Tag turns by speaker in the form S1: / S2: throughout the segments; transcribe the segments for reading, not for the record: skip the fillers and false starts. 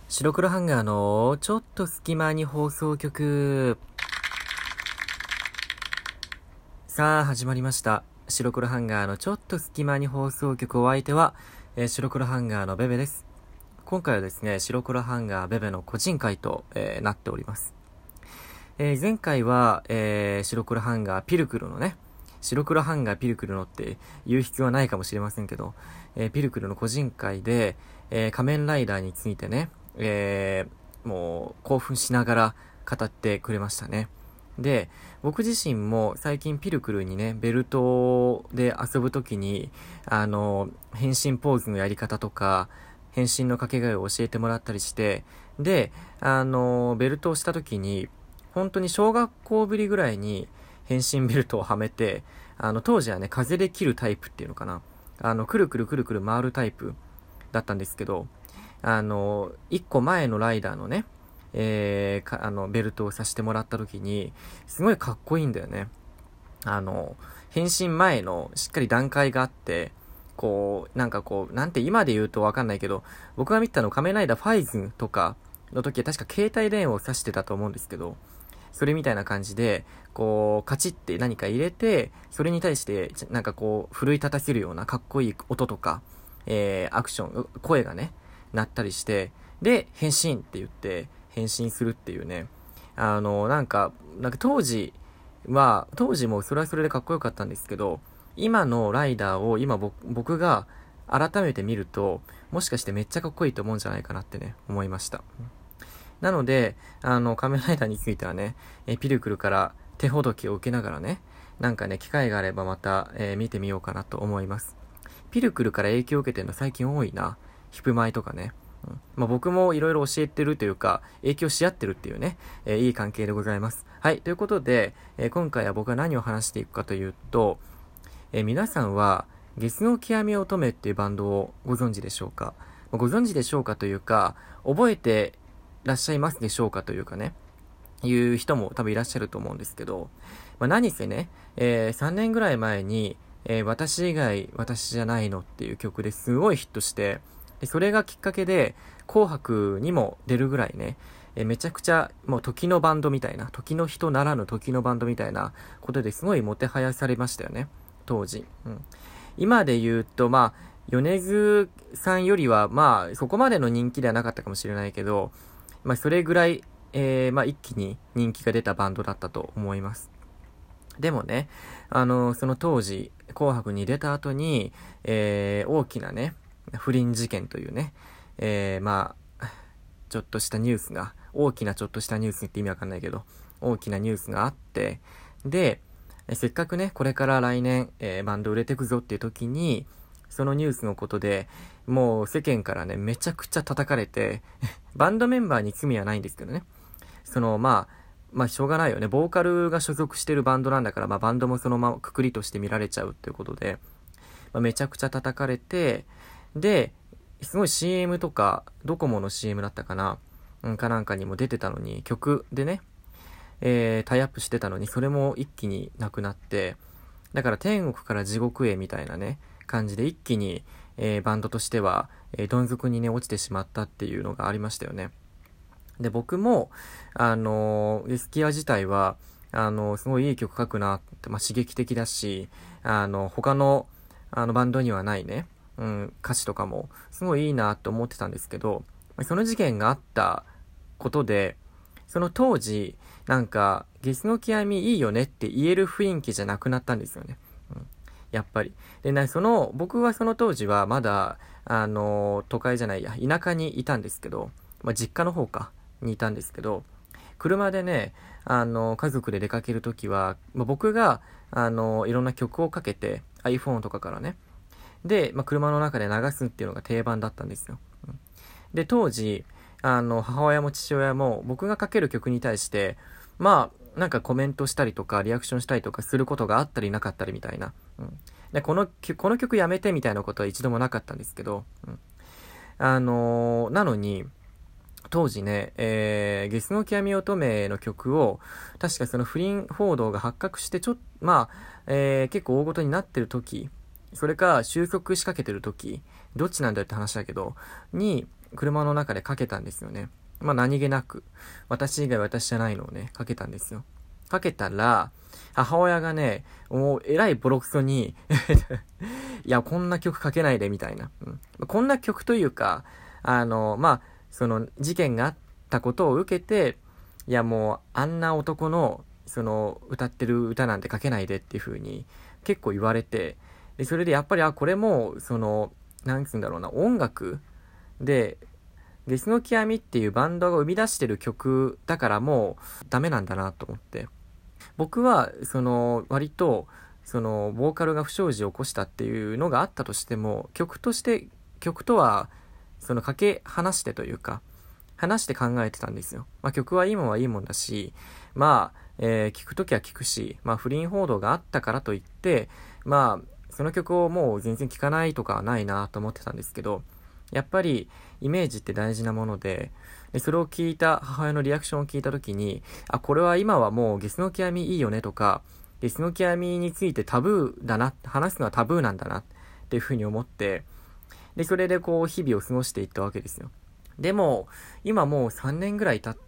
S1: 白黒ハンガーのちょっと隙間に放送局。さあ始まりました。白黒ハンガーのちょっと隙間に放送局。お相手は、白黒ハンガーのベベです。今回はですね、白黒ハンガーベベの個人会と、なっております。前回は、白黒ハンガーピルクルのね、白黒ハンガーピルクルのって言う必要はないかもしれませんけど、ピルクルの個人会で、仮面ライダーについてね、もう興奮しながら語ってくれましたね。で、僕自身も最近ピルクルにね、ベルトで遊ぶときに、変身ポーズのやり方とか、変身の掛け替えを教えてもらったりして、で、ベルトをしたときに、本当に小学校ぶりぐらいに変身ベルトをはめて、当時はね、風で切るタイプっていうのかな。くるくるくるくる回るタイプだったんですけど、一個前のライダーのね、ベルトをさせてもらった時に、すごいかっこいいんだよね。変身前のしっかり段階があって、なんて今で言うとわかんないけど、僕が見たの仮面ライダーファイズンとかの時は確か携帯電話を指してたと思うんですけど、それみたいな感じで、カチッって何か入れて、それに対して、奮い立たせるようなかっこいい音とか、アクション、声がね、鳴ったりして、で、変身って言って、変身するっていうね。当時もそれはそれでかっこよかったんですけど、今のライダーを僕が改めて見ると、もしかしてめっちゃかっこいいと思うんじゃないかなってね、思いました。なので、仮面ライダーについてはね、ピルクルから手ほどきを受けながらね、機会があればまた、見てみようかなと思います。ピルクルから影響を受けてるの最近多いな。ヒプマイとかね。僕もいろいろ教えてるというか、影響し合ってるっていうね、いい関係でございます。はい、ということで、今回は僕は何を話していくかというと、皆さんは、ゲスの極み乙女っていうバンドをご存知でしょうか？ご存知でしょうかというか、覚えてらっしゃいますでしょうかというかね、いう人も多分いらっしゃると思うんですけど、何せね、3年ぐらい前に、私以外私じゃないのっていう曲ですごいヒットして、でそれがきっかけで紅白にも出るぐらいね、めちゃくちゃもう時のバンドみたいな、時の人ならぬ時のバンドみたいなことですごいもてはやされましたよね、当時。今で言うと、米津さんよりは、そこまでの人気ではなかったかもしれないけど、それぐらい、一気に人気が出たバンドだったと思います。でもね、その当時、紅白に出た後に、大きなね、不倫事件というね、ちょっとしたニュースが、大きなちょっとしたニュースって意味わかんないけど、大きなニュースがあって、で、せっかくね、これから来年、バンド売れてくぞっていう時に、そのニュースのことで、もう世間からね、めちゃくちゃ叩かれて、バンドメンバーに罪はないんですけどね。しょうがないよね。ボーカルが所属してるバンドなんだから、バンドもそのままくくりとして見られちゃうっていうことで、めちゃくちゃ叩かれて、で、すごい CM とか、ドコモの CM だったかな、なんかにも出てたのに、曲でね、タイアップしてたのに、それも一気になくなって、だから天国から地獄へみたいなね、感じで一気に、バンドとしては、どん底にね、落ちてしまったっていうのがありましたよね。で、僕も、エスキア自体は、すごいいい曲書くなって、刺激的だし、他の、バンドにはないね、歌詞とかも、すごいいいなと思ってたんですけど、その事件があったことで、その当時、ゲスの極みいいよねって言える雰囲気じゃなくなったんですよね。やっぱり。で、僕はその当時はまだ、都会じゃないや、田舎にいたんですけど、実家の方にいたんですけど、車でね、家族で出かけるときは、僕が、いろんな曲をかけて、iPhone とかからね、で、車の中で流すっていうのが定番だったんですよ。で、当時、母親も父親も僕がかける曲に対して、コメントしたりとか、リアクションしたりとかすることがあったりなかったりみたいな。で、この曲やめてみたいなことは一度もなかったんですけど、なのに、当時ね、ゲスの極み乙女の曲を、確かその不倫報道が発覚して、結構大ごとになってる時、それか収束しかけてる時、どっちなんだよって話だけど、に、 車の中でかけたんですよね。まあ何気なく、私以外私じゃないのをね、かけたんですよ。かけたら、母親がね、もうえらいボロクソにいや、こんな曲かけないで、みたいな。こんな曲というか、まあ、その事件があったことを受けて、いやもう、あんな男の、歌ってる歌なんてかけないでっていう風に結構言われて、で、それでやっぱり、これも、なんつうんだろうな、音楽で、ゲスの極みっていうバンドが生み出してる曲だからもうダメなんだなと思って。僕は、割と、ボーカルが不祥事を起こしたっていうのがあったとしても、曲とは、かけ離してというか、話して考えてたんですよ。まあ曲はいいもんはいいもんだし、まあ、聞くときは聞くし、まあ不倫報道があったからといって、まあ、その曲をもう全然聴かないとかはないなと思ってたんですけど、やっぱりイメージって大事なもので、それを聞いた母親のリアクションを聞いたときに、これは今はもうゲスの極みいいよねとか、ゲスの極みについてタブーだな、話すのはタブーなんだなっていうふうに思って、で、それでこう日々を過ごしていったわけですよ。でも、今もう3年ぐらい経って、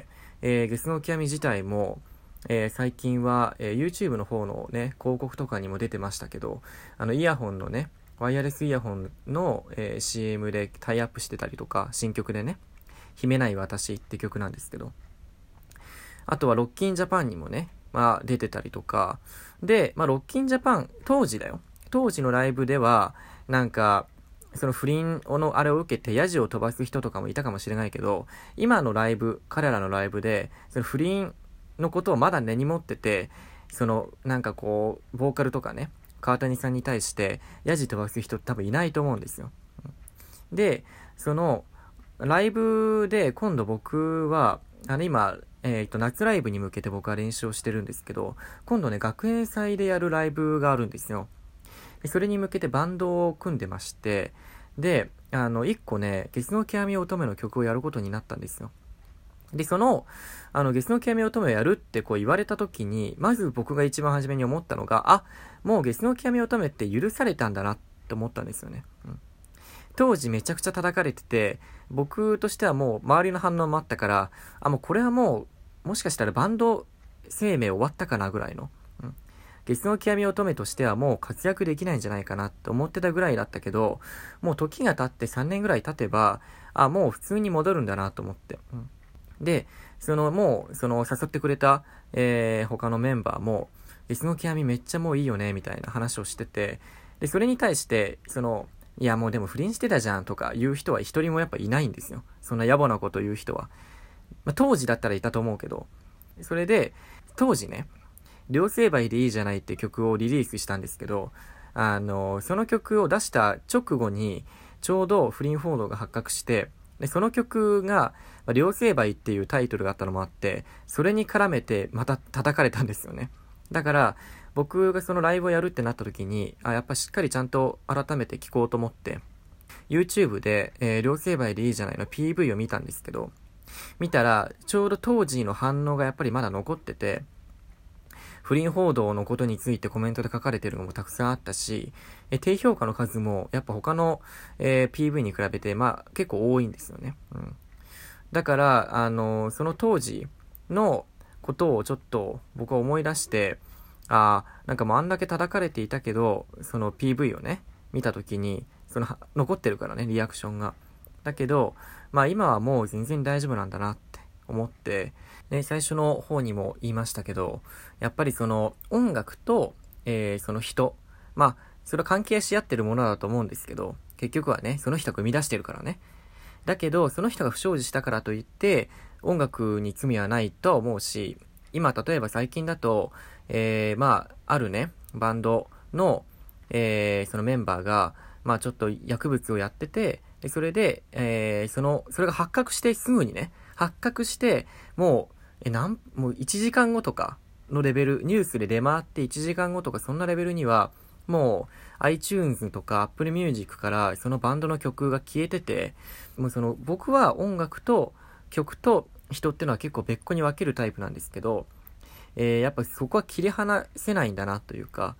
S1: ゲスの極み自体も、最近は、YouTube の方のね、広告とかにも出てましたけど、イヤホンのね、ワイヤレスイヤホンの、CM でタイアップしてたりとか、新曲でね、秘めない私って曲なんですけど、あとはロッキンジャパンにもね、まあ出てたりとか、で、まあロッキンジャパン、当時のライブでは、なんか、その不倫のあれを受けてヤジを飛ばす人とかもいたかもしれないけど、今のライブ、彼らのライブで、その不倫のことをまだ根に持ってて、なんかこう、ボーカルとかね、川谷さんに対してヤジ飛ばす人多分いないと思うんですよ。で、ライブで今度僕は、今、夏ライブに向けて僕は練習をしてるんですけど、今度ね、学園祭でやるライブがあるんですよ。でそれに向けてバンドを組んでまして、で、一個ね、ゲスの極み乙女の曲をやることになったんですよ。で、ゲスの極み乙女をやるってこう言われた時に、まず僕が一番初めに思ったのが、もうゲスの極み乙女って許されたんだなって思ったんですよね。当時めちゃくちゃ叩かれてて、僕としてはもう周りの反応もあったから、もうこれはもう、もしかしたらバンド生命終わったかなぐらいの。ゲスの極み乙女としてはもう活躍できないんじゃないかなって思ってたぐらいだったけど、もう時が経って3年ぐらい経てば、もう普通に戻るんだなと思って。で、誘ってくれた、他のメンバーも、ゲスの極みめっちゃもういいよね、みたいな話をしてて、で、それに対して、いやもうでも不倫してたじゃんとか言う人は一人もやっぱいないんですよ。そんな野暮なこと言う人は。まあ、当時だったらいたと思うけど、それで、当時ね、両成敗でいいじゃないって曲をリリースしたんですけど、その曲を出した直後に、ちょうど不倫報道が発覚して、で、その曲が、両成敗っていうタイトルがあったのもあって、それに絡めてまた叩かれたんですよね。だから、僕がそのライブをやるってなった時に、やっぱしっかりちゃんと改めて聴こうと思って、YouTube で、両成敗でいいじゃないの PV を見たんですけど、見たら、ちょうど当時の反応がやっぱりまだ残ってて、不倫報道のことについてコメントで書かれてるのもたくさんあったし、低評価の数もやっぱ他の、PV に比べて結構多いんですよね。だから、その当時のことをちょっと僕は思い出して、なんかもうあんだけ叩かれていたけど、その PV をね、見たときに、残ってるからね、リアクションが。だけど、今はもう全然大丈夫なんだなって思って、ね、最初の方にも言いましたけど、やっぱり音楽と、その人、それは関係し合ってるものだと思うんですけど、結局はね、その人が生み出してるからね。だけど、その人が不祥事したからといって、音楽に罪はないとは思うし、今、例えば最近だと、あるね、バンドの、そのメンバーが、ちょっと薬物をやってて、でそれで、それが発覚してすぐにね、もう1時間後とかのレベル、ニュースで出回って1時間後とかそんなレベルには、もう iTunes とか Apple Music からそのバンドの曲が消えてて、もう僕は音楽と曲と人ってのは結構別個に分けるタイプなんですけど、やっぱそこは切り離せないんだなというか、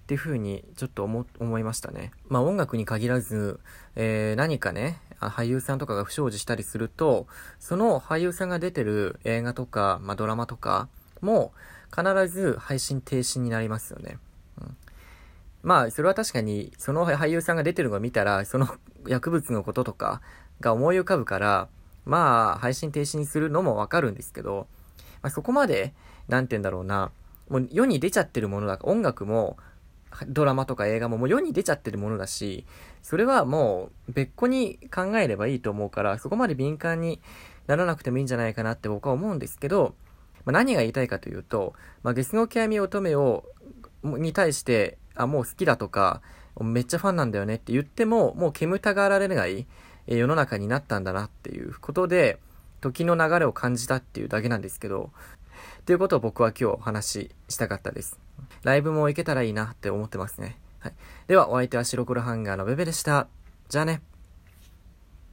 S1: っていう風にちょっと思いましたね。まあ音楽に限らず、何かね、俳優さんとかが不祥事したりすると、その俳優さんが出てる映画とか、ドラマとかも必ず配信停止になりますよね。まあそれは確かにその俳優さんが出てるのを見たら、その薬物のこととかが思い浮かぶから、まあ配信停止にするのもわかるんですけど、そこまで、なんて言うんだろうな、もう世に出ちゃってるものだから、音楽もドラマとか映画ももう世に出ちゃってるものだし、それはもう別個に考えればいいと思うから、そこまで敏感にならなくてもいいんじゃないかなって僕は思うんですけど、何が言いたいかというと、ゲスの極み乙女に対して、もう好きだとか、めっちゃファンなんだよねって言っても、もう煙たがられない世の中になったんだなっていうことで、時の流れを感じたっていうだけなんですけど、ということを僕は今日お話ししたかったです。ライブも行けたらいいなって思ってますね。はい。では、お相手は白黒ハンガーのベベでした。じゃあね。